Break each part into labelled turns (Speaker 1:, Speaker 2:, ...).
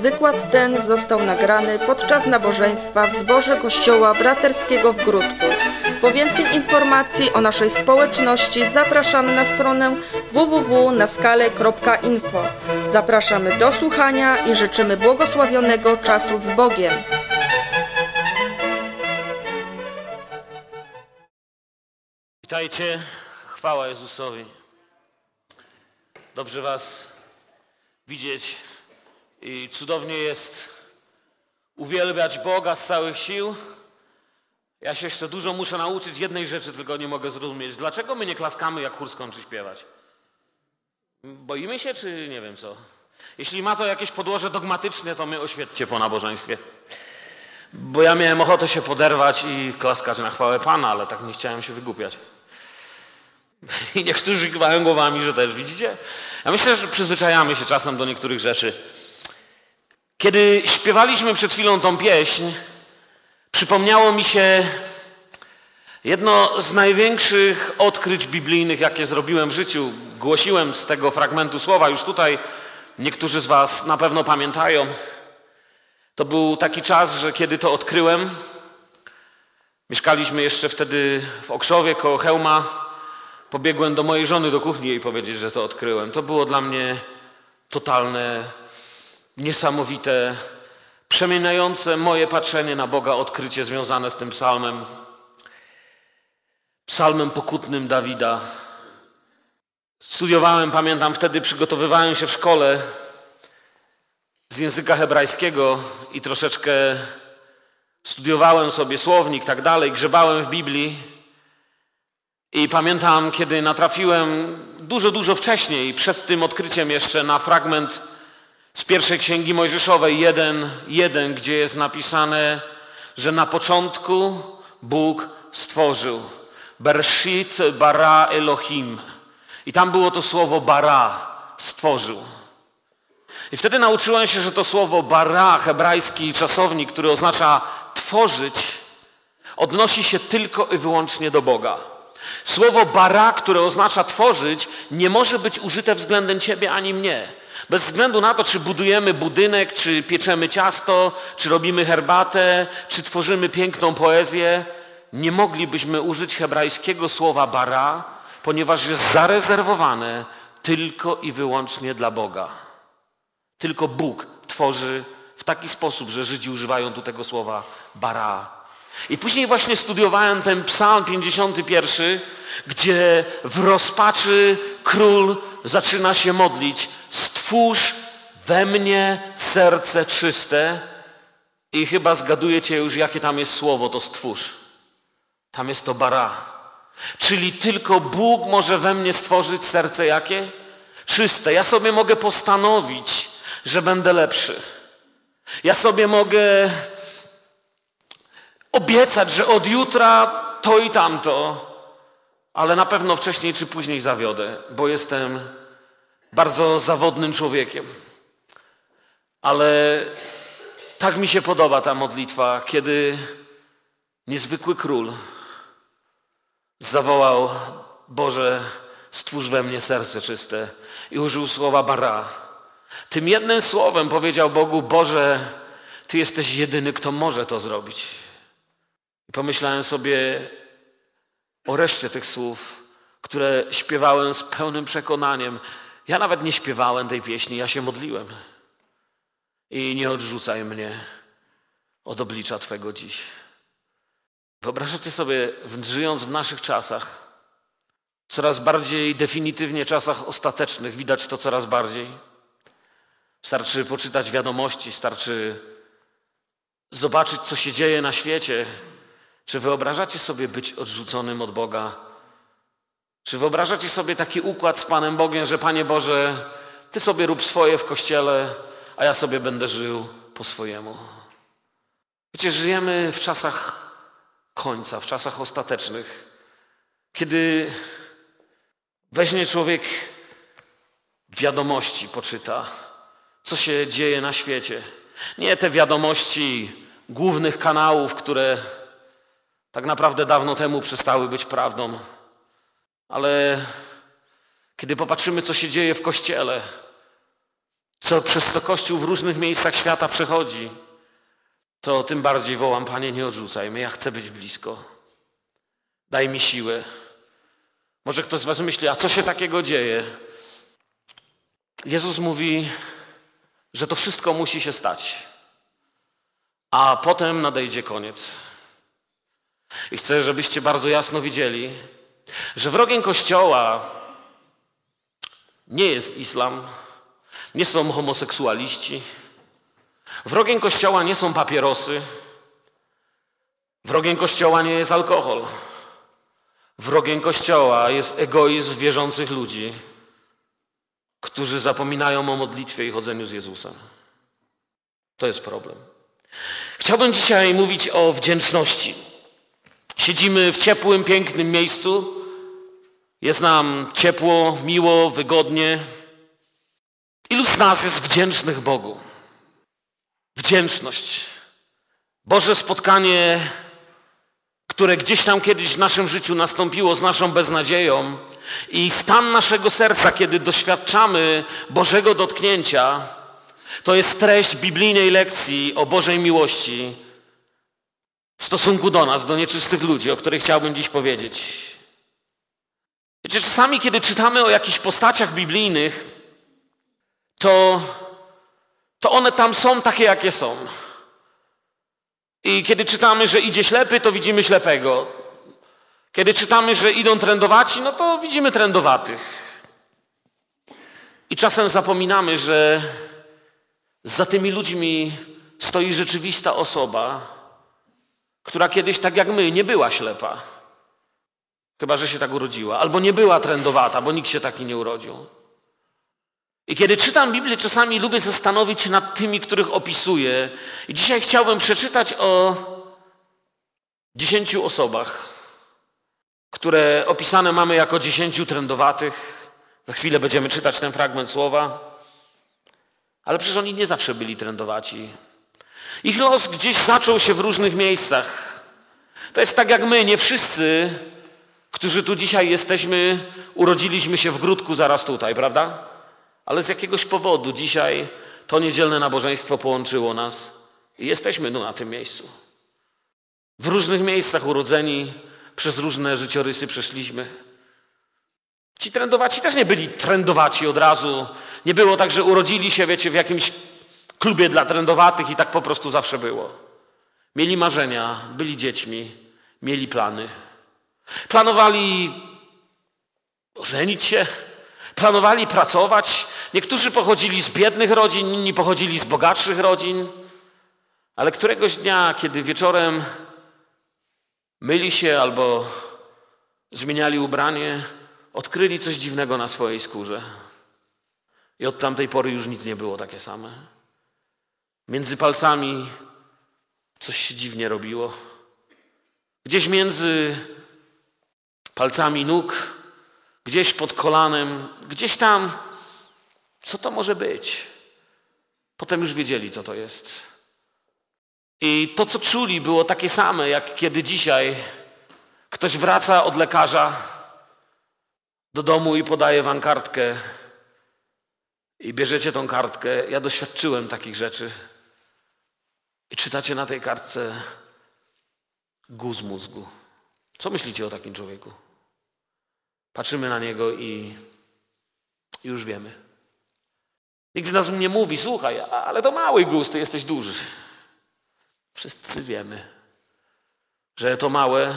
Speaker 1: Wykład ten został nagrany podczas nabożeństwa w zborze Kościoła Braterskiego w Gródku. Po więcej informacji o naszej społeczności zapraszamy na stronę www.naskale.info. Zapraszamy do słuchania i życzymy błogosławionego czasu z Bogiem.
Speaker 2: Witajcie, chwała Jezusowi. Dobrze was widzieć i cudownie jest uwielbiać Boga z całych sił. Ja się jeszcze dużo muszę nauczyć, jednej rzeczy tylko nie mogę zrozumieć. Dlaczego my nie klaskamy, jak chór skończy śpiewać? Boimy się, czy nie wiem co? Jeśli ma to jakieś podłoże dogmatyczne, to mnie oświećcie po nabożeństwie. Bo ja miałem ochotę się poderwać i klaskać na chwałę Pana, ale tak nie chciałem się wygłupiać. I niektórzy kiwają głowami, że też, widzicie? Ja myślę, że przyzwyczajamy się czasem do niektórych rzeczy. Kiedy śpiewaliśmy przed chwilą tą pieśń, przypomniało mi się jedno z największych odkryć biblijnych, jakie zrobiłem w życiu. Głosiłem z tego fragmentu słowa, już tutaj niektórzy z was na pewno pamiętają. To był taki czas, że kiedy to odkryłem, mieszkaliśmy jeszcze wtedy w Okrzowie koło Chełma. Pobiegłem do mojej żony do kuchni jej powiedzieć, że to odkryłem. To było dla mnie totalne, niesamowite, przemieniające moje patrzenie na Boga odkrycie związane z tym psalmem. Psalmem pokutnym Dawida. Studiowałem, pamiętam, wtedy przygotowywałem się w szkole z języka hebrajskiego i troszeczkę studiowałem sobie słownik, tak dalej, grzebałem w Biblii. I pamiętam, kiedy natrafiłem dużo wcześniej, przed tym odkryciem jeszcze, na fragment z pierwszej Księgi Mojżeszowej 1:1, gdzie jest napisane, że na początku Bóg stworzył. Bershit bara Elohim. I tam było to słowo bara, stworzył. I wtedy nauczyłem się, że to słowo bara, hebrajski czasownik, który oznacza tworzyć, odnosi się tylko i wyłącznie do Boga. Słowo bara, które oznacza tworzyć, nie może być użyte względem ciebie ani mnie. Bez względu na to, czy budujemy budynek, czy pieczemy ciasto, czy robimy herbatę, czy tworzymy piękną poezję, nie moglibyśmy użyć hebrajskiego słowa bara, ponieważ jest zarezerwowane tylko i wyłącznie dla Boga. Tylko Bóg tworzy w taki sposób, że Żydzi używają tu tego słowa bara. I później właśnie studiowałem ten psalm 51, gdzie w rozpaczy król zaczyna się modlić: stwórz we mnie serce czyste. I chyba zgadujecie już, jakie tam jest słowo, to stwórz. Tam jest to bara. Czyli tylko Bóg może we mnie stworzyć serce jakie? Czyste. Ja sobie mogę postanowić, że będę lepszy. Ja sobie mogę obiecać, że od jutra to i tamto, ale na pewno wcześniej czy później zawiodę, bo jestem bardzo zawodnym człowiekiem. Ale tak mi się podoba ta modlitwa, kiedy niezwykły król zawołał: Boże, stwórz we mnie serce czyste, i użył słowa bara. Tym jednym słowem powiedział Bogu: Boże, Ty jesteś jedyny, kto może to zrobić. I pomyślałem sobie o reszcie tych słów, które śpiewałem z pełnym przekonaniem. Ja nawet nie śpiewałem tej pieśni, ja się modliłem. I nie odrzucaj mnie od oblicza Twego dziś. Wyobrażacie sobie, żyjąc w naszych czasach, coraz bardziej definitywnie czasach ostatecznych, widać to coraz bardziej. Starczy poczytać wiadomości, starczy zobaczyć, co się dzieje na świecie. Czy wyobrażacie sobie być odrzuconym od Boga? Czy wyobrażacie sobie taki układ z Panem Bogiem, że Panie Boże, Ty sobie rób swoje w Kościele, a ja sobie będę żył po swojemu? Wiecie, żyjemy w czasach końca, w czasach ostatecznych, kiedy weźmie człowiek wiadomości, poczyta, co się dzieje na świecie. Nie te wiadomości głównych kanałów, które tak naprawdę dawno temu przestały być prawdą. Ale kiedy popatrzymy, co się dzieje w Kościele, przez co Kościół w różnych miejscach świata przechodzi, to tym bardziej wołam: Panie, nie odrzucaj mnie, ja chcę być blisko. Daj mi siłę. Może ktoś z was myśli: a co się takiego dzieje? Jezus mówi, że to wszystko musi się stać, a potem nadejdzie koniec. I chcę, żebyście bardzo jasno widzieli, że wrogiem Kościoła nie jest islam, nie są homoseksualiści, wrogiem Kościoła nie są papierosy, wrogiem Kościoła nie jest alkohol. Wrogiem Kościoła jest egoizm wierzących ludzi, którzy zapominają o modlitwie i chodzeniu z Jezusem. To jest problem. Chciałbym dzisiaj mówić o wdzięczności. Siedzimy w ciepłym, pięknym miejscu. Jest nam ciepło, miło, wygodnie. Ilu z nas jest wdzięcznych Bogu? Wdzięczność. Boże spotkanie, które gdzieś tam kiedyś w naszym życiu nastąpiło z naszą beznadzieją, i stan naszego serca, kiedy doświadczamy Bożego dotknięcia, to jest treść biblijnej lekcji o Bożej miłości w stosunku do nas, do nieczystych ludzi, o których chciałbym dziś powiedzieć. Wiecie, czasami kiedy czytamy o jakichś postaciach biblijnych, to one tam są takie, jakie są. I kiedy czytamy, że idzie ślepy, to widzimy ślepego. Kiedy czytamy, że idą trędowaci, no to widzimy trędowatych. I czasem zapominamy, że za tymi ludźmi stoi rzeczywista osoba, która kiedyś, tak jak my, nie była ślepa. Chyba że się tak urodziła. Albo nie była trędowata, bo nikt się taki nie urodził. I kiedy czytam Biblię, czasami lubię zastanowić się nad tymi, których opisuję. I dzisiaj chciałbym przeczytać o 10 osobach, które opisane mamy jako 10 trędowatych. Za chwilę będziemy czytać ten fragment słowa. Ale przecież oni nie zawsze byli trędowaci. Ich los gdzieś zaczął się w różnych miejscach. To jest tak jak my, nie wszyscy, którzy tu dzisiaj jesteśmy, urodziliśmy się w Gródku zaraz tutaj, prawda? Ale z jakiegoś powodu dzisiaj to niedzielne nabożeństwo połączyło nas i jesteśmy na tym miejscu. W różnych miejscach urodzeni, przez różne życiorysy przeszliśmy. Ci trędowaci też nie byli trędowaci od razu. Nie było tak, że urodzili się, wiecie, w jakimś klubie dla trędowatych i tak po prostu zawsze było. Mieli marzenia, byli dziećmi, mieli plany. Planowali ożenić się, planowali pracować. Niektórzy pochodzili z biednych rodzin, inni pochodzili z bogatszych rodzin. Ale któregoś dnia, kiedy wieczorem myli się albo zmieniali ubranie, odkryli coś dziwnego na swojej skórze. I od tamtej pory już nic nie było takie same. Między palcami coś się dziwnie robiło. Gdzieś między palcami nóg, gdzieś pod kolanem, gdzieś tam. Co to może być? Potem już wiedzieli, co to jest. I to, co czuli, było takie same, jak kiedy dzisiaj ktoś wraca od lekarza do domu i podaje wam kartkę i bierzecie tą kartkę. Ja doświadczyłem takich rzeczy. I czytacie na tej kartce guz mózgu. Co myślicie o takim człowieku? Patrzymy na niego i już wiemy. Nikt z nas nie mówi: słuchaj, ale to mały guz, ty jesteś duży. Wszyscy wiemy, że to małe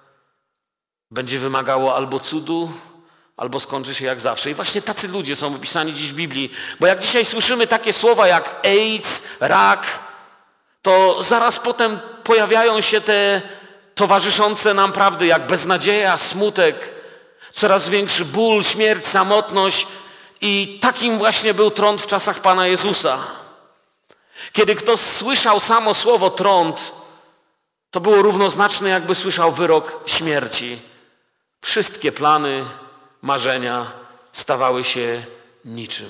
Speaker 2: będzie wymagało albo cudu, albo skończy się jak zawsze. I właśnie tacy ludzie są opisani dziś w Biblii. Bo jak dzisiaj słyszymy takie słowa jak AIDS, rak, to zaraz potem pojawiają się te towarzyszące nam prawdy jak beznadzieja, smutek, coraz większy ból, śmierć, samotność. I takim właśnie był trąd w czasach Pana Jezusa. Kiedy ktoś słyszał samo słowo trąd, to było równoznaczne, jakby słyszał wyrok śmierci. Wszystkie plany, marzenia stawały się niczym.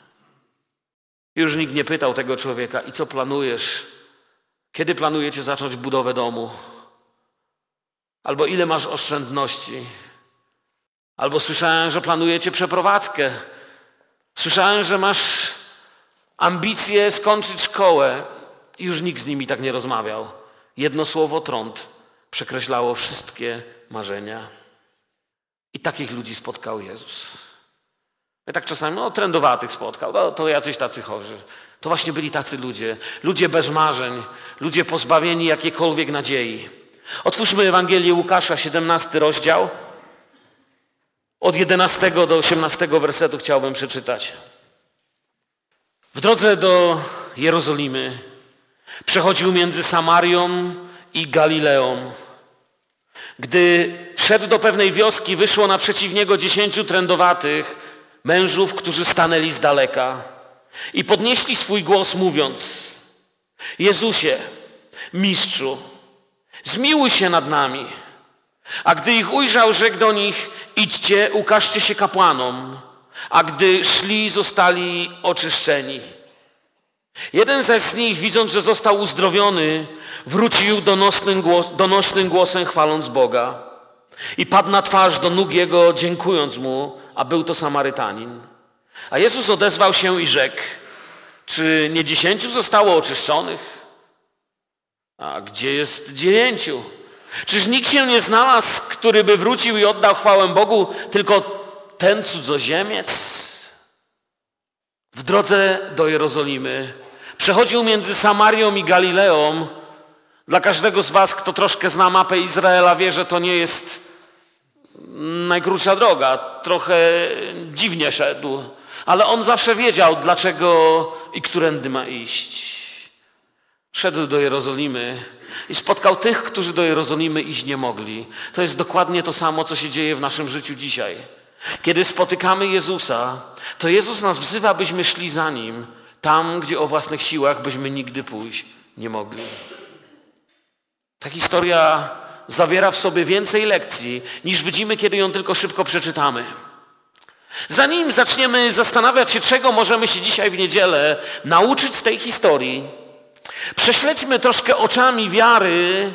Speaker 2: Już nikt nie pytał tego człowieka: i co planujesz? Kiedy planujecie zacząć budowę domu? Albo ile masz oszczędności? Albo słyszałem, że planujecie przeprowadzkę. Słyszałem, że masz ambicje skończyć szkołę. Już nikt z nimi tak nie rozmawiał. Jedno słowo trąd przekreślało wszystkie marzenia. I takich ludzi spotkał Jezus. I tak czasami, trędowatych spotkał, to jacyś tacy chorzy. To właśnie byli tacy ludzie. Ludzie bez marzeń, ludzie pozbawieni jakiejkolwiek nadziei. Otwórzmy Ewangelię Łukasza, 17 rozdział. Od 11 do 18 wersetu chciałbym przeczytać. W drodze do Jerozolimy przechodził między Samarią i Galileą. Gdy wszedł do pewnej wioski, wyszło naprzeciw niego 10 trędowatych mężów, którzy stanęli z daleka i podnieśli swój głos, mówiąc: Jezusie, Mistrzu, zmiłuj się nad nami. A gdy ich ujrzał, rzekł do nich: idźcie, ukażcie się kapłanom. A gdy szli, zostali oczyszczeni. Jeden zaś z nich, widząc, że został uzdrowiony, wrócił donośnym głosem, chwaląc Boga. I padł na twarz do nóg Jego, dziękując Mu, a był to Samarytanin. A Jezus odezwał się i rzekł: czy nie 10 zostało oczyszczonych? A gdzie jest 9? Czyż nikt się nie znalazł, który by wrócił i oddał chwałę Bogu, tylko ten cudzoziemiec? W drodze do Jerozolimy przechodził między Samarią i Galileą. Dla każdego z was, kto troszkę zna mapę Izraela, wie, że to nie jest najkrótsza droga. Trochę dziwnie szedł, ale on zawsze wiedział, dlaczego i którędy ma iść. Szedł do Jerozolimy i spotkał tych, którzy do Jerozolimy iść nie mogli. To jest dokładnie to samo, co się dzieje w naszym życiu dzisiaj. Kiedy spotykamy Jezusa, to Jezus nas wzywa, byśmy szli za Nim, tam, gdzie o własnych siłach byśmy nigdy pójść nie mogli. Ta historia zawiera w sobie więcej lekcji, niż widzimy, kiedy ją tylko szybko przeczytamy. Zanim zaczniemy zastanawiać się, czego możemy się dzisiaj w niedzielę nauczyć z tej historii, prześledźmy troszkę oczami wiary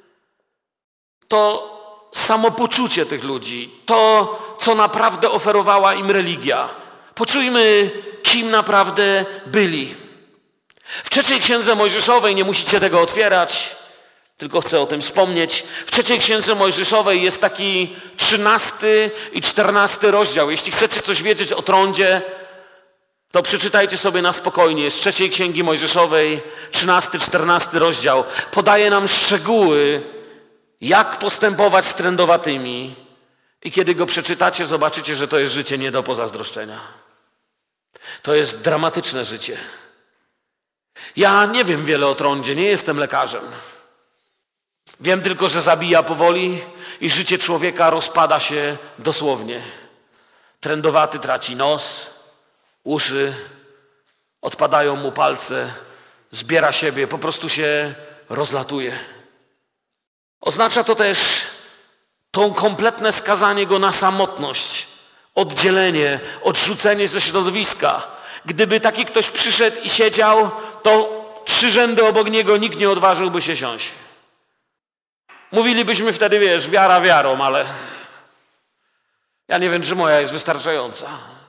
Speaker 2: to samopoczucie tych ludzi, to, co naprawdę oferowała im religia. Poczujmy, kim naprawdę byli. W 3 Księdze Mojżeszowej, nie musicie tego otwierać, tylko chcę o tym wspomnieć. W 3 Księdze Mojżeszowej jest taki 13 i 14 rozdział. Jeśli chcecie coś wiedzieć o trądzie, to przeczytajcie sobie na spokojnie. Z 3 Księgi Mojżeszowej, 13-14 rozdział. Podaje nam szczegóły, jak postępować z trędowatymi. I kiedy go przeczytacie, zobaczycie, że to jest życie nie do pozazdroszczenia. To jest dramatyczne życie. Ja nie wiem wiele o trądzie, nie jestem lekarzem. Wiem tylko, że zabija powoli i życie człowieka rozpada się dosłownie. Trędowaty traci nos, uszy, odpadają mu palce, zbiera siebie, po prostu się rozlatuje. Oznacza to też to kompletne skazanie go na samotność, oddzielenie, odrzucenie ze środowiska. Gdyby taki ktoś przyszedł i siedział, to 3 rzędy obok niego nikt nie odważyłby się siąść. Mówilibyśmy wtedy, wiesz, wiara wiarą, ale ja nie wiem, czy moja jest wystarczająca.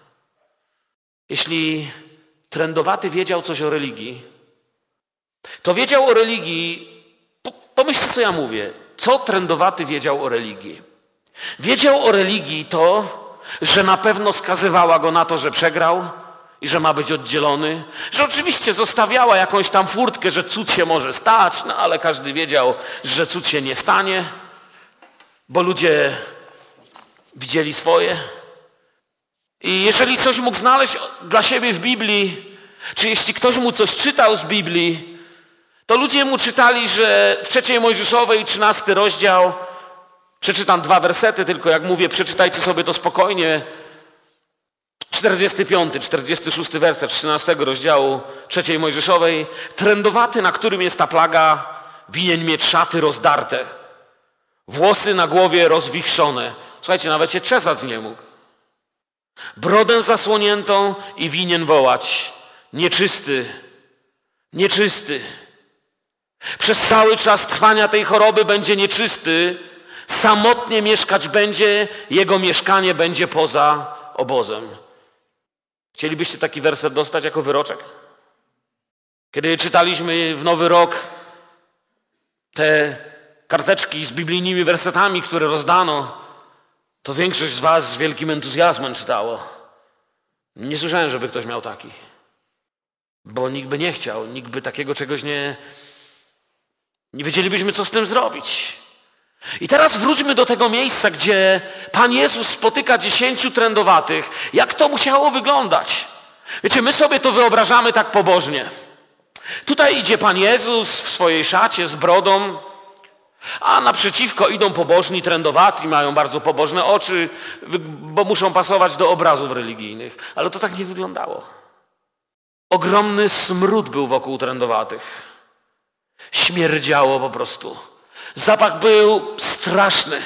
Speaker 2: Jeśli trędowaty wiedział coś o religii, to wiedział o religii, pomyślcie, co ja mówię. Co trędowaty wiedział o religii? Wiedział o religii to, że na pewno skazywała go na to, że przegrał i że ma być oddzielony, że oczywiście zostawiała jakąś tam furtkę, że cud się może stać, no ale każdy wiedział, że cud się nie stanie, bo ludzie widzieli swoje. I jeżeli coś mógł znaleźć dla siebie w Biblii, czy jeśli ktoś mu coś czytał z Biblii, to ludzie mu czytali, że w 3 Mojżeszowej, 13 rozdział, przeczytam 2 wersety, tylko jak mówię, przeczytajcie sobie to spokojnie. 45, 46 werset 13 rozdziału 3 Mojżeszowej. Trędowaty, na którym jest ta plaga, winien mieć szaty rozdarte, włosy na głowie rozwichrzone. Słuchajcie, nawet się czesać nie mógł. Brodę zasłoniętą i winien wołać: nieczysty, nieczysty. Przez cały czas trwania tej choroby będzie nieczysty, samotnie mieszkać będzie, jego mieszkanie będzie poza obozem. Chcielibyście taki werset dostać jako wyroczek? Kiedy czytaliśmy w Nowy Rok te karteczki z biblijnymi wersetami, które rozdano, to większość z was z wielkim entuzjazmem czytało. Nie słyszałem, żeby ktoś miał taki. Bo nikt by nie chciał, nikt by takiego czegoś nie wiedzielibyśmy, co z tym zrobić. I teraz wróćmy do tego miejsca, gdzie Pan Jezus spotyka 10 trędowatych. Jak to musiało wyglądać? Wiecie, my sobie to wyobrażamy tak pobożnie. Tutaj idzie Pan Jezus w swojej szacie z brodą, a naprzeciwko idą pobożni trędowati, mają bardzo pobożne oczy, bo muszą pasować do obrazów religijnych. Ale to tak nie wyglądało. Ogromny smród był wokół trędowatych. Śmierdziało po prostu. Zapach był straszny.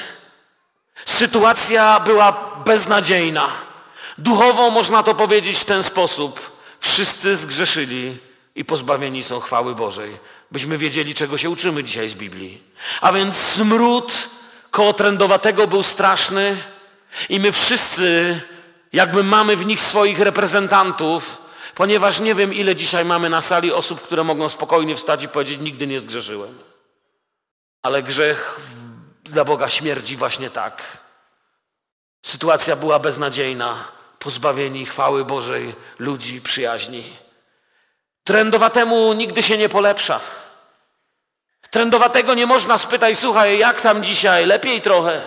Speaker 2: Sytuacja była beznadziejna. Duchowo można to powiedzieć w ten sposób. Wszyscy zgrzeszyli i pozbawieni są chwały Bożej. Byśmy wiedzieli, czego się uczymy dzisiaj z Biblii. A więc smród koło trędowatego był straszny i my wszyscy jakby mamy w nich swoich reprezentantów, ponieważ nie wiem, ile dzisiaj mamy na sali osób, które mogą spokojnie wstać i powiedzieć, nigdy nie zgrzeszyłem. Ale grzech dla Boga śmierdzi właśnie tak. Sytuacja była beznadziejna, pozbawieni chwały Bożej, ludzi, przyjaźni. Trędowatemu nigdy się nie polepsza. Trędowatego nie można spytać, słuchaj, jak tam dzisiaj? Lepiej trochę?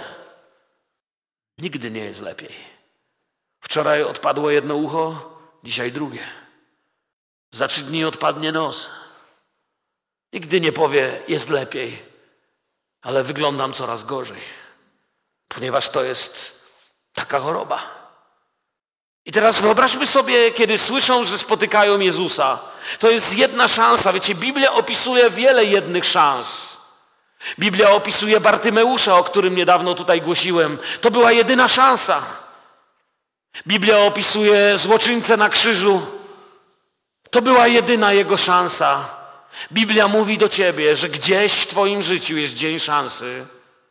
Speaker 2: Nigdy nie jest lepiej. Wczoraj odpadło jedno ucho, dzisiaj drugie. Za 3 dni odpadnie nos. Nigdy nie powie, jest lepiej, ale wyglądam coraz gorzej, ponieważ to jest taka choroba. I teraz wyobraźmy sobie, kiedy słyszą, że spotykają Jezusa. To jest jedna szansa. Wiecie, Biblia opisuje wiele jednych szans. Biblia opisuje Bartymeusza, o którym niedawno tutaj głosiłem. To była jedyna szansa. Biblia opisuje złoczyńcę na krzyżu. To była jedyna jego szansa. Biblia mówi do ciebie, że gdzieś w twoim życiu jest dzień szansy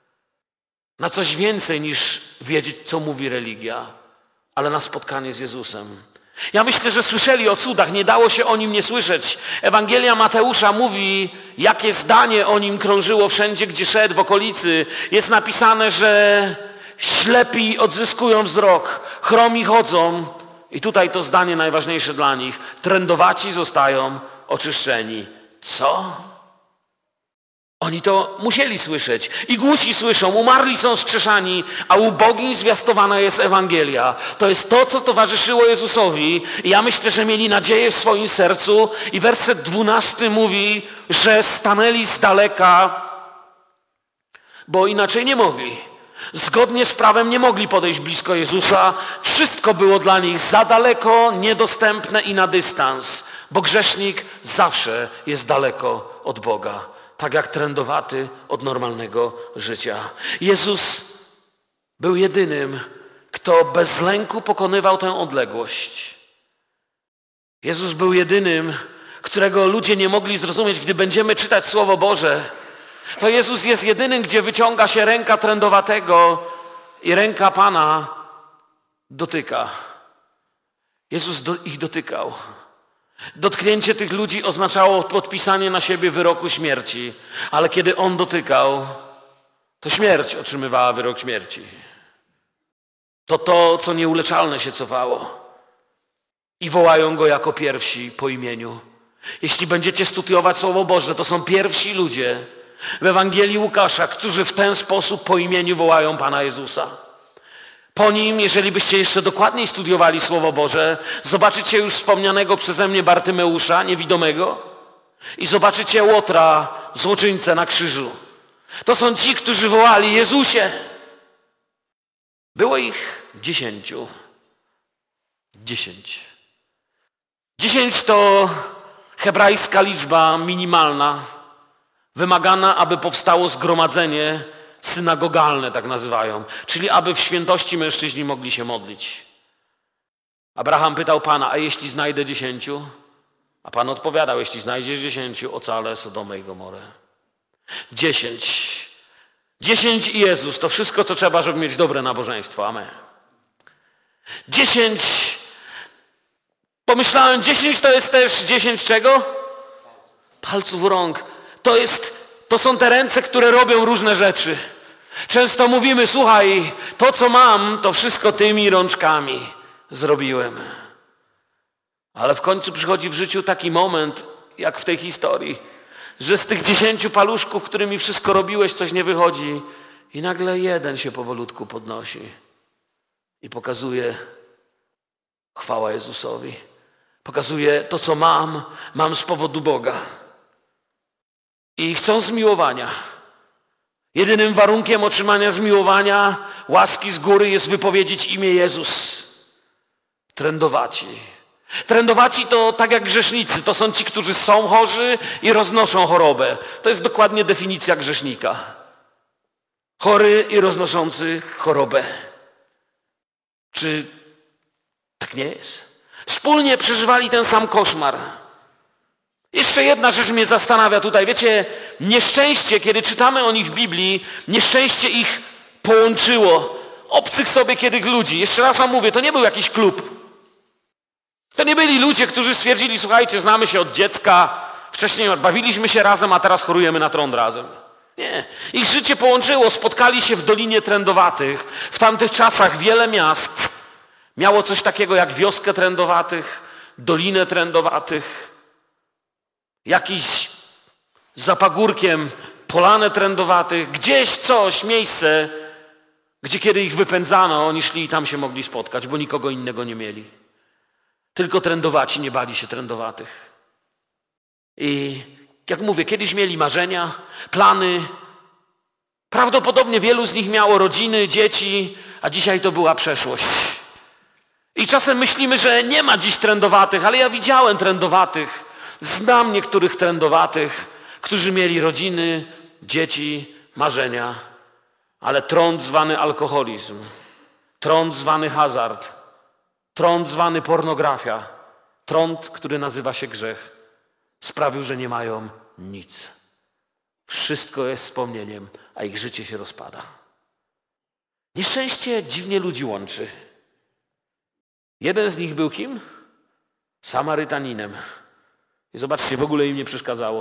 Speaker 2: na coś więcej niż wiedzieć, co mówi religia, ale na spotkanie z Jezusem. Ja myślę, że słyszeli o cudach, nie dało się o nim nie słyszeć. Ewangelia Mateusza mówi, jakie zdanie o nim krążyło wszędzie, gdzie szedł, w okolicy. Jest napisane, że ślepi odzyskują wzrok, chromi chodzą. I tutaj to zdanie najważniejsze dla nich. Trędowaci zostają oczyszczeni. Co? Oni to musieli słyszeć. I głusi słyszą, umarli są wskrzeszani, a ubogim zwiastowana jest Ewangelia. To jest to, co towarzyszyło Jezusowi. I ja myślę, że mieli nadzieję w swoim sercu. I werset 12 mówi, że stanęli z daleka, bo inaczej nie mogli. Zgodnie z prawem nie mogli podejść blisko Jezusa. Wszystko było dla nich za daleko, niedostępne i na dystans. Bo grzesznik zawsze jest daleko od Boga. Tak jak trędowaty od normalnego życia. Jezus był jedynym, kto bez lęku pokonywał tę odległość. Jezus był jedynym, którego ludzie nie mogli zrozumieć, gdy będziemy czytać Słowo Boże. To Jezus jest jedynym, gdzie wyciąga się ręka trędowatego i ręka Pana dotyka. Jezus ich dotykał. Dotknięcie tych ludzi oznaczało podpisanie na siebie wyroku śmierci, ale kiedy On dotykał, to śmierć otrzymywała wyrok śmierci. To, co nieuleczalne się cofało. I wołają Go jako pierwsi po imieniu. Jeśli będziecie studiować Słowo Boże, to są pierwsi ludzie w Ewangelii Łukasza, którzy w ten sposób po imieniu wołają Pana Jezusa. Po nim, jeżeli byście jeszcze dokładniej studiowali Słowo Boże, zobaczycie już wspomnianego przeze mnie Bartymeusza, niewidomego, i zobaczycie Łotra, złoczyńcę na krzyżu. To są ci, którzy wołali: Jezusie! Było ich 10. 10. 10 to hebrajska liczba minimalna, wymagana, aby powstało zgromadzenie synagogalne, tak nazywają, czyli aby w świętości mężczyźni mogli się modlić. Abraham pytał Pana: a jeśli znajdę 10? A Pan odpowiadał: jeśli znajdziesz 10, ocalę Sodomę i Gomorę. 10. 10 i Jezus to wszystko, co trzeba, żeby mieć dobre nabożeństwo. Amen. 10. Pomyślałem, 10 to jest też 10 czego? palców rąk. To są te ręce, które robią różne rzeczy. Często mówimy, słuchaj, to co mam, to wszystko tymi rączkami zrobiłem. Ale w końcu przychodzi w życiu taki moment, jak w tej historii, że z tych 10 paluszków, którymi wszystko robiłeś, coś nie wychodzi i nagle jeden się powolutku podnosi i pokazuje chwała Jezusowi. Pokazuje to, co mam z powodu Boga. I chcą zmiłowania. Jedynym warunkiem otrzymania zmiłowania, łaski z góry jest wypowiedzieć imię Jezus. Trędowaci. Trędowaci to tak jak grzesznicy. To są ci, którzy są chorzy i roznoszą chorobę. To jest dokładnie definicja grzesznika. Chory i roznoszący chorobę. Czy tak nie jest? Wspólnie przeżywali ten sam koszmar. Jeszcze jedna rzecz mnie zastanawia tutaj. Wiecie, nieszczęście, kiedy czytamy o nich w Biblii, nieszczęście ich połączyło. Obcych sobie kiedyś ludzi. Jeszcze raz wam mówię, to nie był jakiś klub. To nie byli ludzie, którzy stwierdzili, słuchajcie, znamy się od dziecka, wcześniej bawiliśmy się razem, a teraz chorujemy na trąd razem. Nie. Ich życie połączyło, spotkali się w Dolinie Trędowatych. W tamtych czasach wiele miast miało coś takiego jak wioskę Trędowatych, Dolinę Trędowatych, jakiś za pagórkiem Polanę Trędowatych, gdzieś coś, miejsce, gdzie kiedy ich wypędzano, oni szli i tam się mogli spotkać, bo nikogo innego nie mieli. Tylko trędowaci nie bali się trędowatych. I jak mówię, kiedyś mieli marzenia, plany. Prawdopodobnie wielu z nich miało rodziny, dzieci, a dzisiaj to była przeszłość. I czasem myślimy, że nie ma dziś trędowatych, ale ja widziałem trędowatych. Znam niektórych trędowatych, którzy mieli rodziny, dzieci, marzenia. Ale trąd zwany alkoholizm, trąd zwany hazard, trąd zwany pornografia, trąd, który nazywa się grzech, sprawił, że nie mają nic. Wszystko jest wspomnieniem, a ich życie się rozpada. Nieszczęście dziwnie ludzi łączy. Jeden z nich był kim? Samarytaninem. I zobaczcie, w ogóle im nie przeszkadzało.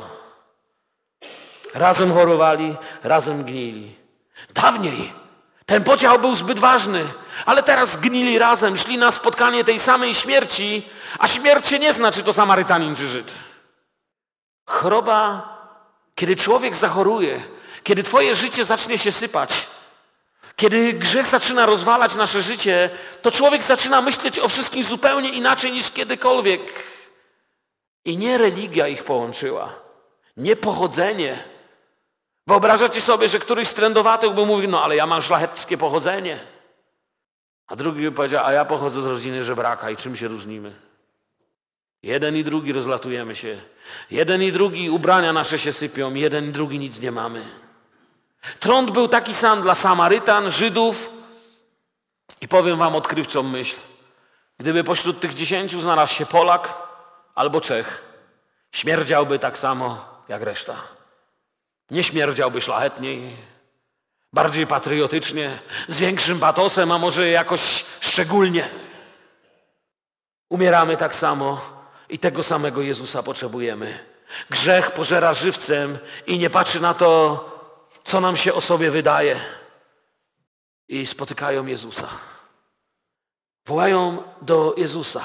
Speaker 2: Razem chorowali, razem gnili. Dawniej ten podział był zbyt ważny, ale teraz gnili razem, szli na spotkanie tej samej śmierci, a śmierć się nie zna, czy to Samarytanin, czy Żyd. Choroba, kiedy człowiek zachoruje, kiedy twoje życie zacznie się sypać, kiedy grzech zaczyna rozwalać nasze życie, to człowiek zaczyna myśleć o wszystkim zupełnie inaczej niż kiedykolwiek. I nie religia ich połączyła, nie pochodzenie. Wyobrażacie sobie, że któryś z trędowatych by mówił, no ale ja mam szlacheckie pochodzenie. A drugi by powiedział, a ja pochodzę z rodziny żebraka i czym się różnimy? Jeden i drugi rozlatujemy się. Jeden i drugi ubrania nasze się sypią, jeden i drugi nic nie mamy. Trąd był taki sam dla Samarytan, Żydów i powiem wam odkrywczą myśl. Gdyby pośród tych 10 znalazł się Polak albo Czech, śmierdziałby tak samo jak reszta. Nie śmierdziałby szlachetniej, bardziej patriotycznie, z większym patosem, a może jakoś szczególnie. Umieramy tak samo i tego samego Jezusa potrzebujemy. Grzech pożera żywcem i nie patrzy na to, co nam się o sobie wydaje. I spotykają Jezusa. Wołają do Jezusa.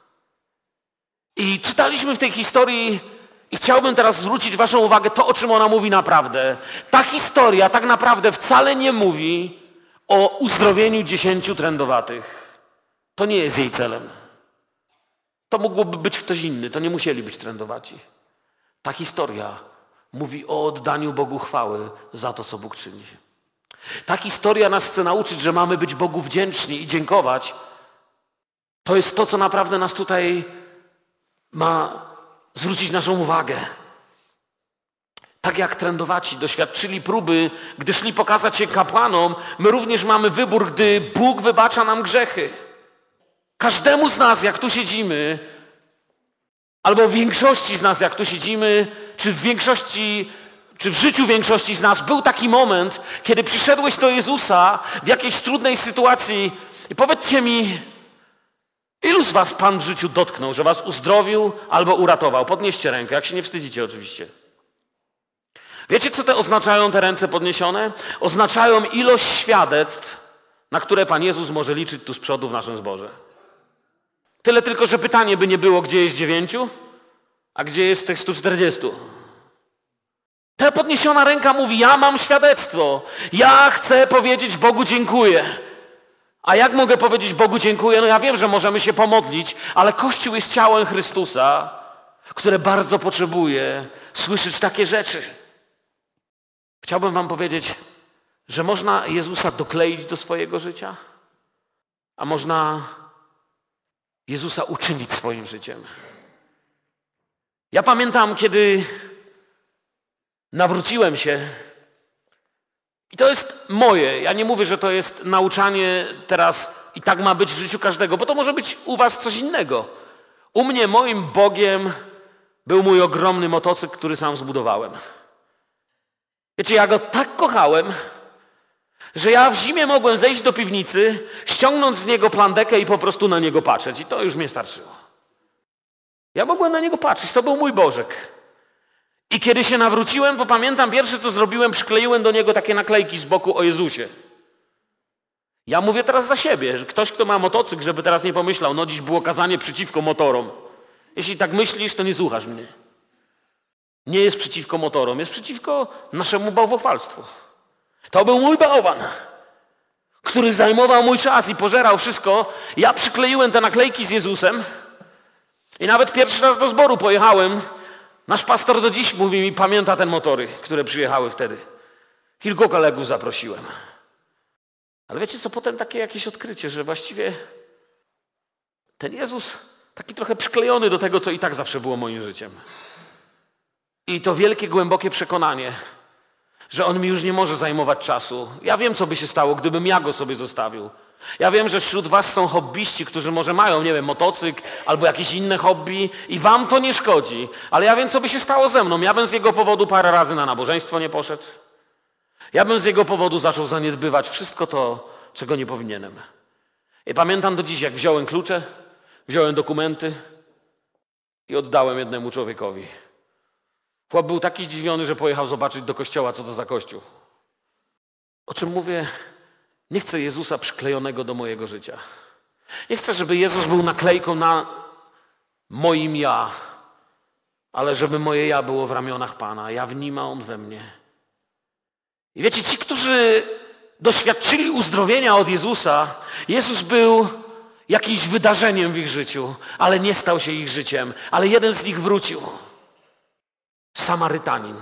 Speaker 2: I czytaliśmy w tej historii i chciałbym teraz zwrócić waszą uwagę to, o czym ona mówi naprawdę. Ta historia tak naprawdę wcale nie mówi o uzdrowieniu 10 trędowatych. To nie jest jej celem. To mógłby być ktoś inny, to nie musieli być trędowaci. Ta historia mówi o oddaniu Bogu chwały za to, co Bóg czyni. Ta historia nas chce nauczyć, że mamy być Bogu wdzięczni i dziękować. To jest to, co naprawdę nas tutaj ma zwrócić naszą uwagę. Tak jak trędowaci doświadczyli próby, gdy szli pokazać się kapłanom, my również mamy wybór, gdy Bóg wybacza nam grzechy. Każdemu z nas, jak tu siedzimy, albo w większości z nas, jak tu siedzimy, czy w życiu większości z nas był taki moment, kiedy przyszedłeś do Jezusa w jakiejś trudnej sytuacji i powiedzcie mi, Ilu z was Pan w życiu dotknął, że was uzdrowił albo uratował? Podnieście rękę, jak się nie wstydzicie oczywiście. Wiecie, co oznaczają te ręce podniesione? Oznaczają ilość świadectw, na które Pan Jezus może liczyć tu z przodu w naszym zborze. Tyle tylko, że pytanie by nie było, gdzie jest 9, a gdzie jest tych 140. Ta podniesiona ręka mówi, ja mam świadectwo. Ja chcę powiedzieć Bogu dziękuję. A jak mogę powiedzieć Bogu dziękuję? No ja wiem, że możemy się pomodlić, ale Kościół jest ciałem Chrystusa, które bardzo potrzebuje słyszeć takie rzeczy. Chciałbym wam powiedzieć, że można Jezusa dokleić do swojego życia, a można Jezusa uczynić swoim życiem. Ja pamiętam, kiedy nawróciłem się, i to jest moje, ja nie mówię, że to jest nauczanie teraz i tak ma być w życiu każdego, bo to może być u was coś innego. U mnie moim Bogiem był mój ogromny motocykl, który sam zbudowałem. Wiecie, ja go tak kochałem, że ja w zimie mogłem zejść do piwnicy, ściągnąć z niego plandekę i po prostu na niego patrzeć. I to już mnie starczyło. Ja mogłem na niego patrzeć, to był mój Bożek. I kiedy się nawróciłem, to pamiętam pierwsze, co zrobiłem, przykleiłem do niego takie naklejki z boku o Jezusie. Ja mówię teraz za siebie, że ktoś, kto ma motocykl, żeby teraz nie pomyślał, no dziś było kazanie przeciwko motorom. Jeśli tak myślisz, to nie słuchasz mnie. Nie jest przeciwko motorom, jest przeciwko naszemu bałwochwalstwu. To był mój bałwan, który zajmował mój czas i pożerał wszystko. Ja przykleiłem te naklejki z Jezusem i nawet pierwszy raz do zboru pojechałem. Nasz pastor do dziś mówi mi, pamięta te motory, które przyjechały wtedy. Kilku kolegów zaprosiłem. Ale wiecie co, potem takie jakieś odkrycie, że właściwie ten Jezus taki trochę przyklejony do tego, co i tak zawsze było moim życiem. I to wielkie, głębokie przekonanie, że On mi już nie może zajmować czasu. Ja wiem, co by się stało, gdybym ja Go sobie zostawił. Ja wiem, że wśród was są hobbyści, którzy może mają, nie wiem, motocykl albo jakieś inne hobby i wam to nie szkodzi. Ale ja wiem, co by się stało ze mną. Ja bym z jego powodu parę razy na nabożeństwo nie poszedł. Ja bym z jego powodu zaczął zaniedbywać wszystko to, czego nie powinienem. I pamiętam do dziś, jak wziąłem klucze, wziąłem dokumenty i oddałem jednemu człowiekowi. Chłop był taki zdziwiony, że pojechał zobaczyć do kościoła, co to za kościół. O czym mówię? Nie chcę Jezusa przyklejonego do mojego życia. Nie chcę, żeby Jezus był naklejką na moim ja, ale żeby moje ja było w ramionach Pana. Ja w Nim, a On we mnie. I wiecie, ci, którzy doświadczyli uzdrowienia od Jezusa, Jezus był jakimś wydarzeniem w ich życiu, ale nie stał się ich życiem. Ale jeden z nich wrócił. Samarytanin.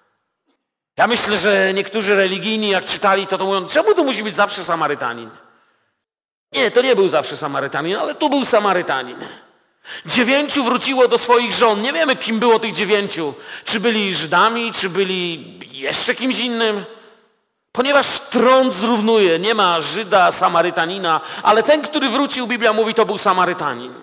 Speaker 2: Ja myślę, że niektórzy religijni, jak czytali to mówią, czemu to musi być zawsze Samarytanin? Nie, to nie był zawsze Samarytanin, ale tu był Samarytanin. 9 wróciło do swoich żon. Nie wiemy, kim było tych 9. Czy byli Żydami, czy byli jeszcze kimś innym. Ponieważ trąd zrównuje, nie ma Żyda, Samarytanina, ale ten, który wrócił, Biblia mówi, to był Samarytanin.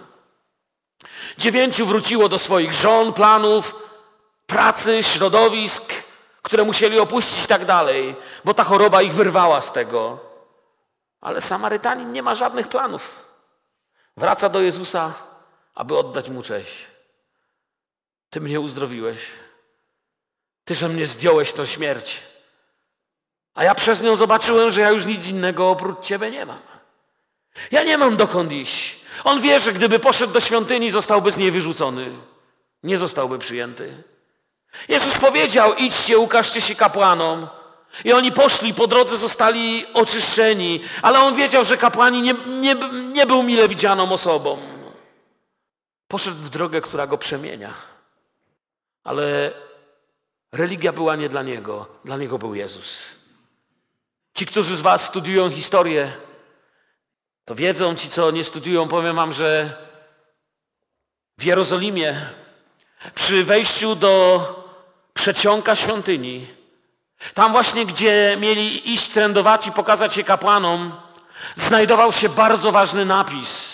Speaker 2: 9 wróciło do swoich żon, planów, pracy, środowisk, które musieli opuścić i tak dalej, bo ta choroba ich wyrwała z tego. Ale Samarytanin nie ma żadnych planów. Wraca do Jezusa, aby oddać Mu cześć. Ty mnie uzdrowiłeś. Ty, że mnie zdjąłeś tą śmierć. A ja przez nią zobaczyłem, że ja już nic innego oprócz Ciebie nie mam. Ja nie mam dokąd iść. On wie, że gdyby poszedł do świątyni, zostałby z niej wyrzucony. Nie zostałby przyjęty. Jezus powiedział, idźcie, ukażcie się kapłanom. I oni poszli, po drodze zostali oczyszczeni. Ale on wiedział, że kapłani nie był mile widzianą osobą. Poszedł w drogę, która go przemienia. Ale religia była nie dla niego był Jezus. Ci, którzy z was studiują historię, to wiedzą, ci, co nie studiują, powiem wam, że w Jerozolimie przy wejściu do przedsionka świątyni, tam właśnie, gdzie mieli iść trędowaci, pokazać się kapłanom, znajdował się bardzo ważny napis.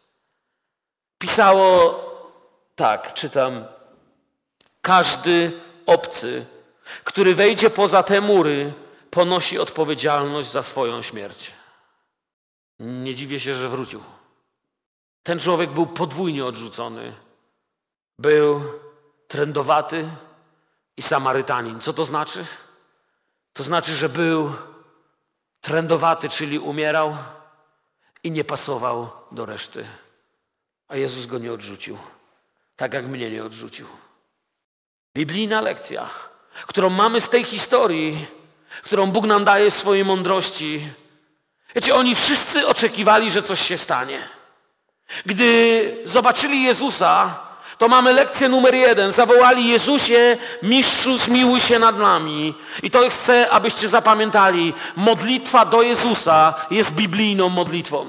Speaker 2: Pisało tak, czytam: każdy obcy, który wejdzie poza te mury, ponosi odpowiedzialność za swoją śmierć. Nie dziwię się, że wrócił. Ten człowiek był podwójnie odrzucony. Był trędowaty i Samarytanin. Co to znaczy? To znaczy, że był trędowaty, czyli umierał i nie pasował do reszty. A Jezus go nie odrzucił, tak jak mnie nie odrzucił. Biblijna lekcja, którą mamy z tej historii, którą Bóg nam daje w swojej mądrości. Wiecie, oni wszyscy oczekiwali, że coś się stanie. Gdy zobaczyli Jezusa, to mamy lekcję numer 1. Zawołali: Jezusie, Mistrzu, zmiłuj się nad nami. I to chcę, abyście zapamiętali. Modlitwa do Jezusa jest biblijną modlitwą.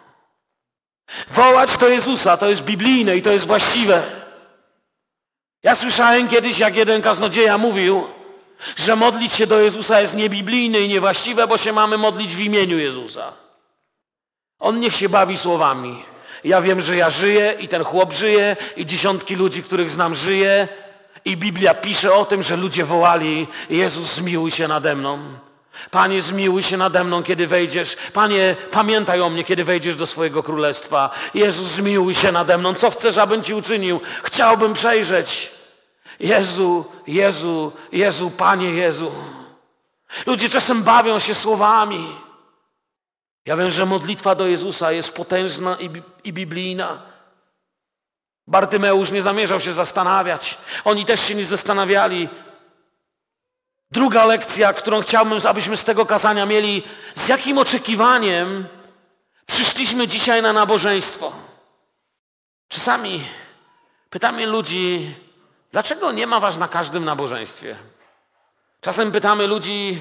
Speaker 2: Wołać do Jezusa to jest biblijne i to jest właściwe. Ja słyszałem kiedyś, jak jeden kaznodzieja mówił, że modlić się do Jezusa jest niebiblijne i niewłaściwe, bo się mamy modlić w imieniu Jezusa. On niech się bawi słowami. Ja wiem, że ja żyję i ten chłop żyje i dziesiątki ludzi, których znam, żyje i Biblia pisze o tym, że ludzie wołali: Jezus, zmiłuj się nade mną. Panie, zmiłuj się nade mną, kiedy wejdziesz. Panie, pamiętaj o mnie, kiedy wejdziesz do swojego królestwa. Jezus, zmiłuj się nade mną. Co chcesz, abym Ci uczynił? Chciałbym przejrzeć. Jezu, Jezu, Jezu, Panie Jezu. Ludzie czasem bawią się słowami. Ja wiem, że modlitwa do Jezusa jest potężna i biblijna. Bartymeusz nie zamierzał się zastanawiać. Oni też się nie zastanawiali. Druga lekcja, którą chciałbym, abyśmy z tego kazania mieli: z jakim oczekiwaniem przyszliśmy dzisiaj na nabożeństwo? Czasami pytamy ludzi, dlaczego nie ma was na każdym nabożeństwie? Czasem pytamy ludzi,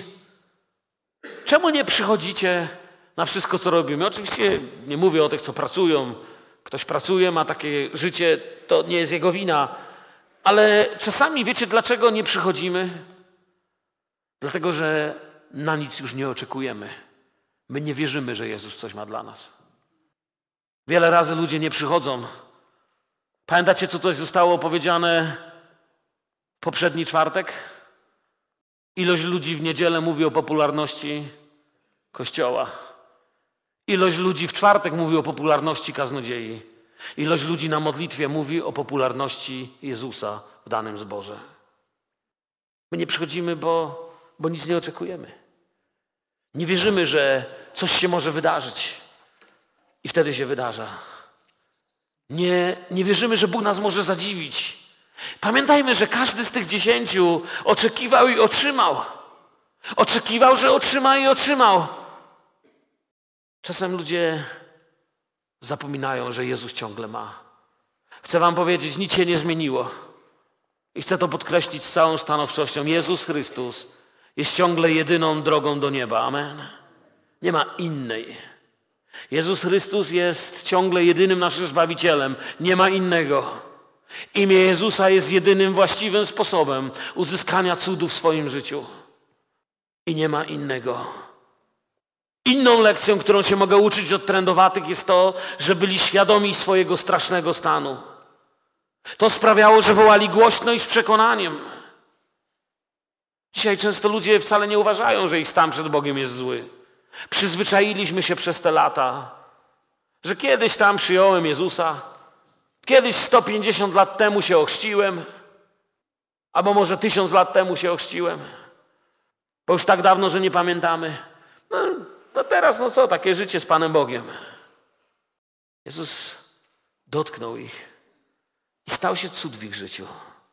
Speaker 2: czemu nie przychodzicie na wszystko, co robimy? Oczywiście nie mówię o tych, co pracują. Ktoś pracuje, ma takie życie, to nie jest jego wina. Ale czasami wiecie, dlaczego nie przychodzimy? Dlatego, że na nic już nie oczekujemy. My nie wierzymy, że Jezus coś ma dla nas. Wiele razy ludzie nie przychodzą. Pamiętacie, co tutaj zostało powiedziane w poprzedni czwartek? Ilość ludzi w niedzielę mówi o popularności Kościoła. Ilość ludzi w czwartek mówi o popularności kaznodziei. Ilość ludzi na modlitwie mówi o popularności Jezusa w danym zborze. My nie przychodzimy, bo nic nie oczekujemy. Nie wierzymy, że coś się może wydarzyć i wtedy się wydarza. Nie wierzymy, że Bóg nas może zadziwić. Pamiętajmy, że każdy z tych 10 oczekiwał i otrzymał. Oczekiwał, że otrzyma i otrzymał. Czasem ludzie zapominają, że Jezus ciągle ma. Chcę wam powiedzieć, nic się nie zmieniło. I chcę to podkreślić z całą stanowczością. Jezus Chrystus jest ciągle jedyną drogą do nieba. Amen. Nie ma innej. Jezus Chrystus jest ciągle jedynym naszym Zbawicielem. Nie ma innego. Imię Jezusa jest jedynym właściwym sposobem uzyskania cudów w swoim życiu. I nie ma innego. Inną lekcją, którą się mogę uczyć od trędowatych, jest to, że byli świadomi swojego strasznego stanu. To sprawiało, że wołali głośno i z przekonaniem. Dzisiaj często ludzie wcale nie uważają, że ich stan przed Bogiem jest zły. Przyzwyczailiśmy się przez te lata, że kiedyś tam przyjąłem Jezusa, kiedyś 150 lat temu się ochrzciłem, albo może 1000 lat temu się ochrzciłem, bo już tak dawno, że nie pamiętamy. No teraz, co, takie życie z Panem Bogiem. Jezus dotknął ich i stał się cud w ich życiu.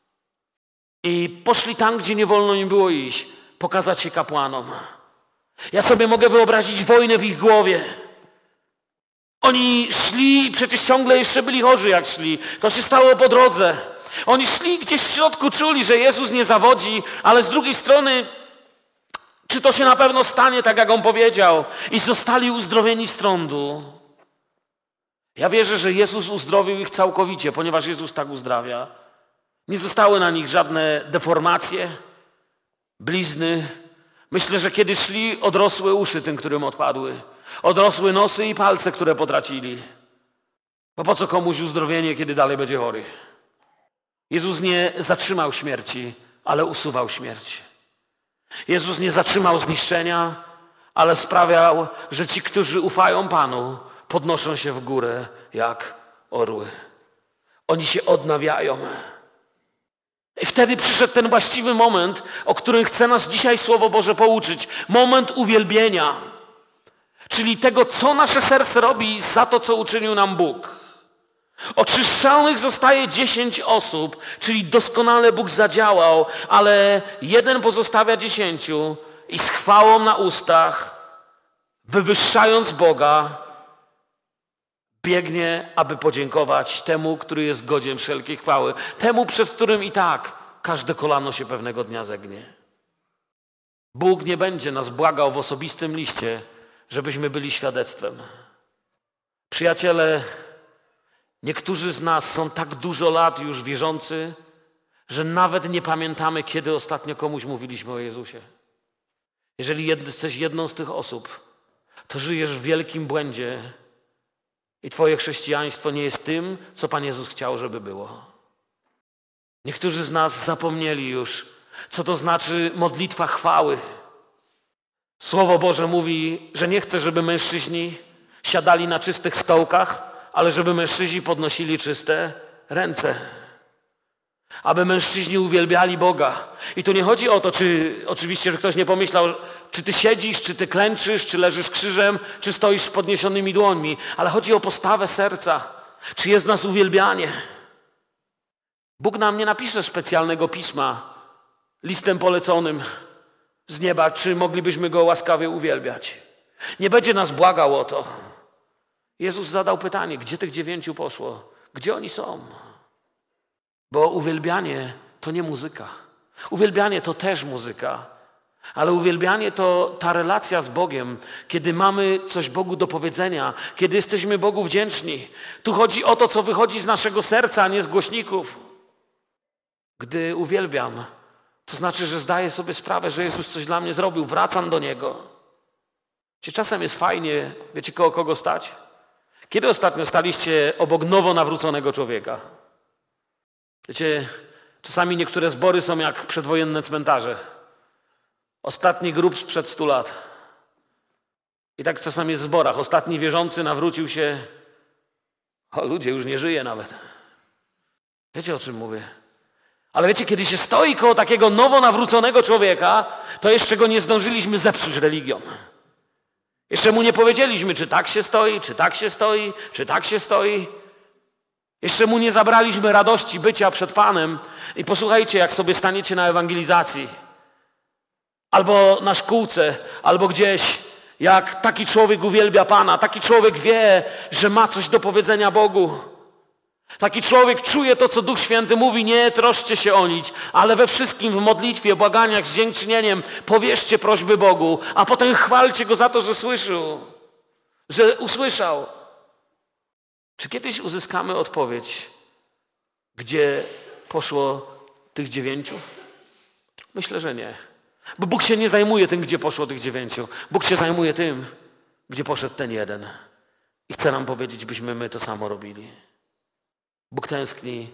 Speaker 2: I poszli tam, gdzie nie wolno im było iść, pokazać się kapłanom. Ja sobie mogę wyobrazić wojnę w ich głowie. Oni szli i przecież ciągle jeszcze byli chorzy, jak szli. To się stało po drodze. Oni szli gdzieś w środku, czuli, że Jezus nie zawodzi, ale z drugiej strony, czy to się na pewno stanie, tak jak On powiedział? I zostali uzdrowieni z trądu. Ja wierzę, że Jezus uzdrowił ich całkowicie, ponieważ Jezus tak uzdrawia. Nie zostały na nich żadne deformacje, blizny. Myślę, że kiedy szli, odrosły uszy tym, którym odpadły. Odrosły nosy i palce, które potracili. Bo po co komuś uzdrowienie, kiedy dalej będzie chory? Jezus nie zatrzymał śmierci, ale usuwał śmierć. Jezus nie zatrzymał zniszczenia, ale sprawiał, że ci, którzy ufają Panu, podnoszą się w górę jak orły. Oni się odnawiają. I wtedy przyszedł ten właściwy moment, o którym chce nas dzisiaj Słowo Boże pouczyć. Moment uwielbienia. Czyli tego, co nasze serce robi za to, co uczynił nam Bóg. Oczyszczonych zostaje 10 osób, czyli doskonale Bóg zadziałał, ale jeden pozostawia 10 i z chwałą na ustach, wywyższając Boga, biegnie, aby podziękować temu, który jest godzien wszelkiej chwały. Temu, przed którym i tak każde kolano się pewnego dnia zegnie. Bóg nie będzie nas błagał w osobistym liście, żebyśmy byli świadectwem. Przyjaciele, niektórzy z nas są tak dużo lat już wierzący, że nawet nie pamiętamy, kiedy ostatnio komuś mówiliśmy o Jezusie. Jeżeli jesteś jedną z tych osób, to żyjesz w wielkim błędzie i twoje chrześcijaństwo nie jest tym, co Pan Jezus chciał, żeby było. Niektórzy z nas zapomnieli już, co to znaczy modlitwa chwały. Słowo Boże mówi, że nie chce, żeby mężczyźni siadali na czystych stołkach, ale żeby mężczyźni podnosili czyste ręce. Aby mężczyźni uwielbiali Boga. I tu nie chodzi o to, oczywiście, że ktoś nie pomyślał, czy ty siedzisz, czy ty klęczysz, czy leżysz krzyżem, czy stoisz z podniesionymi dłońmi, ale chodzi o postawę serca. Czy jest w nas uwielbianie? Bóg nam nie napisze specjalnego pisma listem poleconym z nieba, czy moglibyśmy Go łaskawie uwielbiać. Nie będzie nas błagał o to. Jezus zadał pytanie, gdzie tych 9 poszło? Gdzie oni są? Bo uwielbianie to nie muzyka. Uwielbianie to też muzyka. Ale uwielbianie to ta relacja z Bogiem, kiedy mamy coś Bogu do powiedzenia, kiedy jesteśmy Bogu wdzięczni. Tu chodzi o to, co wychodzi z naszego serca, a nie z głośników. Gdy uwielbiam, to znaczy, że zdaję sobie sprawę, że Jezus coś dla mnie zrobił. Wracam do Niego. Czasem jest fajnie, wiecie, koło kogo stać? Kiedy ostatnio staliście obok nowo nawróconego człowieka? Wiecie, czasami niektóre zbory są jak przedwojenne cmentarze. Ostatni grób sprzed 100 lat. I tak czasami jest w zborach. Ostatni wierzący nawrócił się. O, ludzie, już nie żyje nawet. Wiecie, o czym mówię? Ale wiecie, kiedy się stoi koło takiego nowo nawróconego człowieka, to jeszcze go nie zdążyliśmy zepsuć religią. Jeszcze mu nie powiedzieliśmy, czy tak się stoi, czy tak się stoi, czy tak się stoi. Jeszcze mu nie zabraliśmy radości bycia przed Panem. I posłuchajcie, jak sobie staniecie na ewangelizacji, albo na szkółce, albo gdzieś, jak taki człowiek uwielbia Pana, taki człowiek wie, że ma coś do powiedzenia Bogu. Taki człowiek czuje to, co Duch Święty mówi, nie troszcie się o nic, ale we wszystkim, w modlitwie, błaganiach, z dziękczynieniem powierzcie prośby Bogu, a potem chwalcie Go za to, że usłyszał. Czy kiedyś uzyskamy odpowiedź, gdzie poszło tych 9? Myślę, że nie. Bo Bóg się nie zajmuje tym, gdzie poszło tych 9. Bóg się zajmuje tym, gdzie poszedł ten jeden. I chce nam powiedzieć, byśmy my to samo robili. Bóg tęskni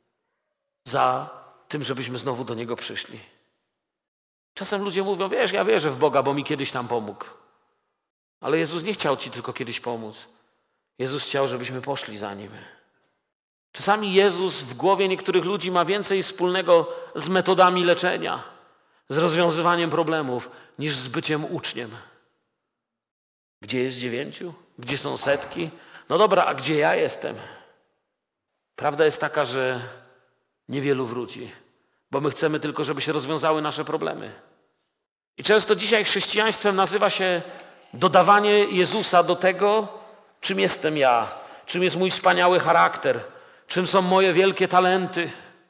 Speaker 2: za tym, żebyśmy znowu do Niego przyszli. Czasem ludzie mówią, wiesz, ja wierzę w Boga, bo mi kiedyś tam pomógł. Ale Jezus nie chciał ci tylko kiedyś pomóc. Jezus chciał, żebyśmy poszli za Nim. Czasami Jezus w głowie niektórych ludzi ma więcej wspólnego z metodami leczenia, z rozwiązywaniem problemów, niż z byciem uczniem. Gdzie jest 9? Gdzie są setki? No dobra, a gdzie ja jestem? Prawda jest taka, że niewielu wróci, bo my chcemy tylko, żeby się rozwiązały nasze problemy. I często dzisiaj chrześcijaństwem nazywa się dodawanie Jezusa do tego, czym jestem ja, czym jest mój wspaniały charakter, czym są moje wielkie talenty.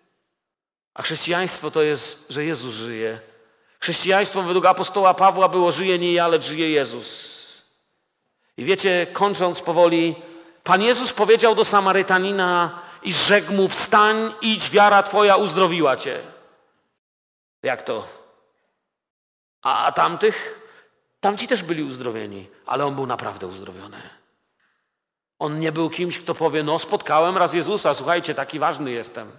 Speaker 2: A chrześcijaństwo to jest, że Jezus żyje. Chrześcijaństwo według apostoła Pawła było żyje nie ja, lecz żyje Jezus. I wiecie, kończąc powoli, Pan Jezus powiedział do Samarytanina i rzekł mu, wstań, idź, wiara twoja uzdrowiła cię. Jak to? A tamtych? Tamci też byli uzdrowieni, ale on był naprawdę uzdrowiony. On nie był kimś, kto powie, no spotkałem raz Jezusa, słuchajcie, taki ważny jestem.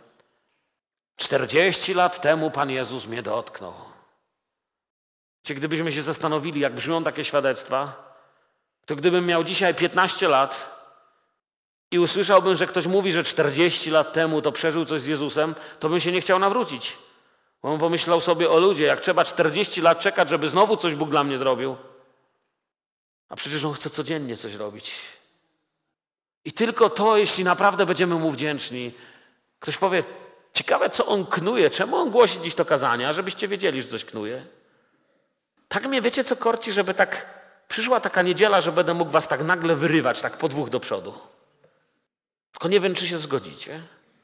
Speaker 2: 40 lat temu Pan Jezus mnie dotknął. Gdybyśmy się zastanowili, jak brzmią takie świadectwa, to gdybym miał dzisiaj 15 lat i usłyszałbym, że ktoś mówi, że 40 lat temu to przeżył coś z Jezusem, to bym się nie chciał nawrócić. Bo bym pomyślał sobie, o ludzie, jak trzeba 40 lat czekać, żeby znowu coś Bóg dla mnie zrobił. A przecież On chce codziennie coś robić. I tylko to, jeśli naprawdę będziemy Mu wdzięczni. Ktoś powie, ciekawe co On knuje, czemu On głosi dziś to kazanie, żebyście wiedzieli, że coś knuje. Tak mnie wiecie co korci, żeby tak przyszła taka niedziela, że będę mógł was tak nagle wyrywać, tak po dwóch do przodu. Tylko nie wiem, czy się zgodzicie.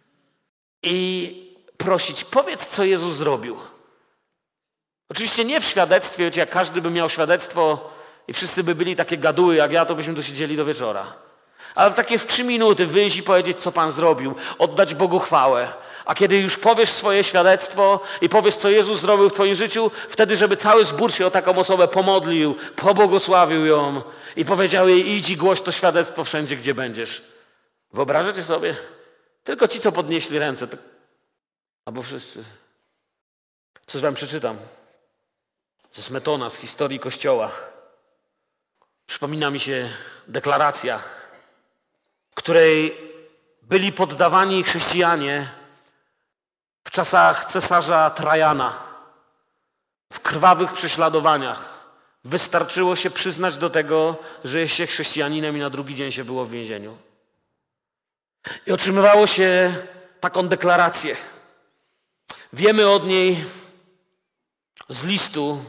Speaker 2: I prosić, powiedz, co Jezus zrobił. Oczywiście nie w świadectwie, wiecie, jak każdy by miał świadectwo i wszyscy by byli takie gaduły jak ja, to byśmy tu siedzieli do wieczora. Ale takie w 3 minuty wyjść i powiedzieć, co Pan zrobił, oddać Bogu chwałę. A kiedy już powiesz swoje świadectwo i powiesz, co Jezus zrobił w twoim życiu, wtedy, żeby cały zbór się o taką osobę pomodlił, pobłogosławił ją i powiedział jej, idź i głoś to świadectwo wszędzie, gdzie będziesz. Wyobrażacie sobie? Tylko ci, co podnieśli ręce. Albo wszyscy. Coś wam przeczytam. Ze Smetona, z historii Kościoła. Przypomina mi się deklaracja, której byli poddawani chrześcijanie w czasach cesarza Trajana, w krwawych prześladowaniach. Wystarczyło się przyznać do tego, że jest się chrześcijaninem i na drugi dzień się było w więzieniu. I otrzymywało się taką deklarację. Wiemy od niej z listu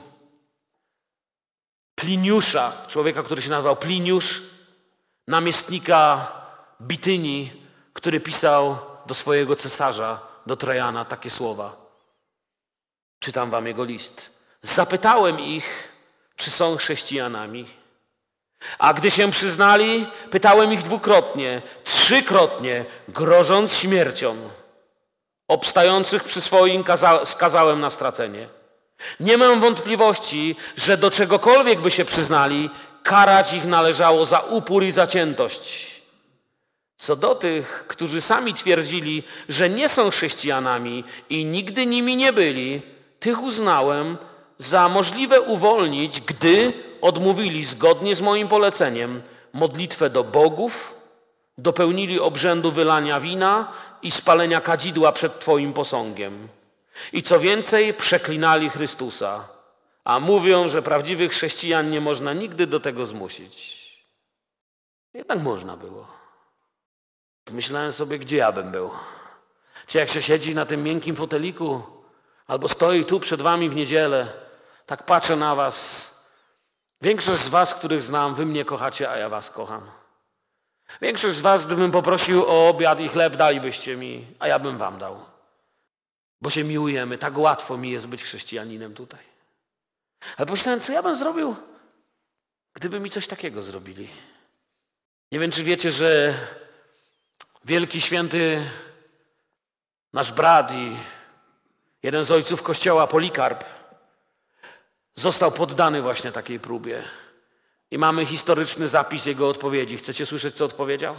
Speaker 2: Pliniusza, człowieka, który się nazywał Pliniusz, namiestnika Bitynii, który pisał do swojego cesarza, do Trajana, takie słowa. Czytam wam jego list. Zapytałem ich, czy są chrześcijanami. A gdy się przyznali, pytałem ich 2-krotnie, 3-krotnie, grożąc śmiercią. Obstających przy swoim skazałem na stracenie. Nie mam wątpliwości, że do czegokolwiek by się przyznali, karać ich należało za upór i zaciętość. Co do tych, którzy sami twierdzili, że nie są chrześcijanami i nigdy nimi nie byli, tych uznałem za możliwe uwolnić, gdy odmówili zgodnie z moim poleceniem modlitwę do bogów, dopełnili obrzędu wylania wina i spalenia kadzidła przed Twoim posągiem. I co więcej, przeklinali Chrystusa, a mówią, że prawdziwych chrześcijan nie można nigdy do tego zmusić. Jednak można było. Myślałem sobie, gdzie ja bym był. Czy jak się siedzi na tym miękkim foteliku, albo stoi tu przed wami w niedzielę, tak patrzę na was. Większość z was, których znam, wy mnie kochacie, a ja was kocham. Większość z was, gdybym poprosił o obiad i chleb, dalibyście mi, a ja bym wam dał. Bo się miłujemy, tak łatwo mi jest być chrześcijaninem tutaj. Ale pomyślałem, co ja bym zrobił, gdyby mi coś takiego zrobili. Nie wiem, czy wiecie, że wielki święty nasz brat i jeden z ojców Kościoła, Polikarp, został poddany właśnie takiej próbie. I mamy historyczny zapis jego odpowiedzi. Chcecie słyszeć, co odpowiedział?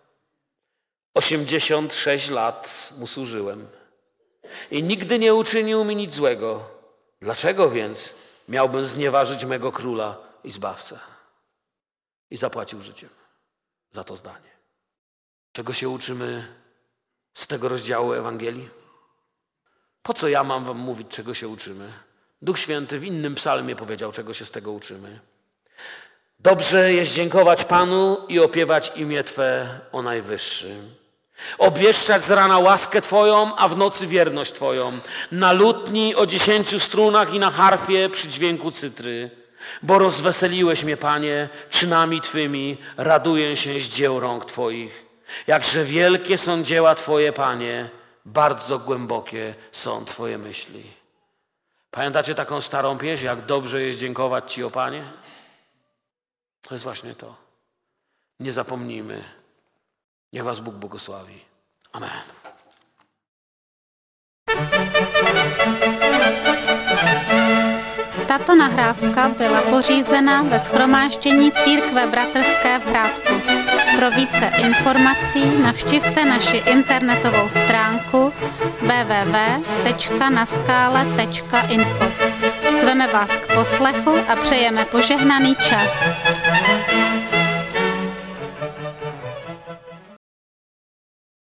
Speaker 2: 86 lat mu służyłem i nigdy nie uczynił mi nic złego. Dlaczego więc miałbym znieważyć mego króla i zbawcę? I zapłacił życiem za to zdanie. Czego się uczymy z tego rozdziału Ewangelii? Po co ja mam wam mówić, czego się uczymy? Duch Święty w innym psalmie powiedział, czego się z tego uczymy. Dobrze jest dziękować Panu i opiewać imię Twe o Najwyższym. Obwieszczać z rana łaskę Twoją, a w nocy wierność Twoją. Na lutni o 10 strunach i na harfie przy dźwięku cytry. Bo rozweseliłeś mnie, Panie, czynami Twymi, raduję się z dzieł rąk Twoich. Jakże wielkie są dzieła Twoje, Panie, bardzo głębokie są Twoje myśli. Pamiętacie taką starą pieśń, jak dobrze jest dziękować Ci, o Panie? To jest właśnie to. Nie zapomnijmy. Niech was Bóg błogosławi. Amen.
Speaker 3: Tato nahrávka byla pořízena ve shromáždění Církve bratrské v Hrádku. Pro více informací navštivte naši internetovou stránku www.naskale.info. Zveme vás k poslechu a přejeme požehnaný čas.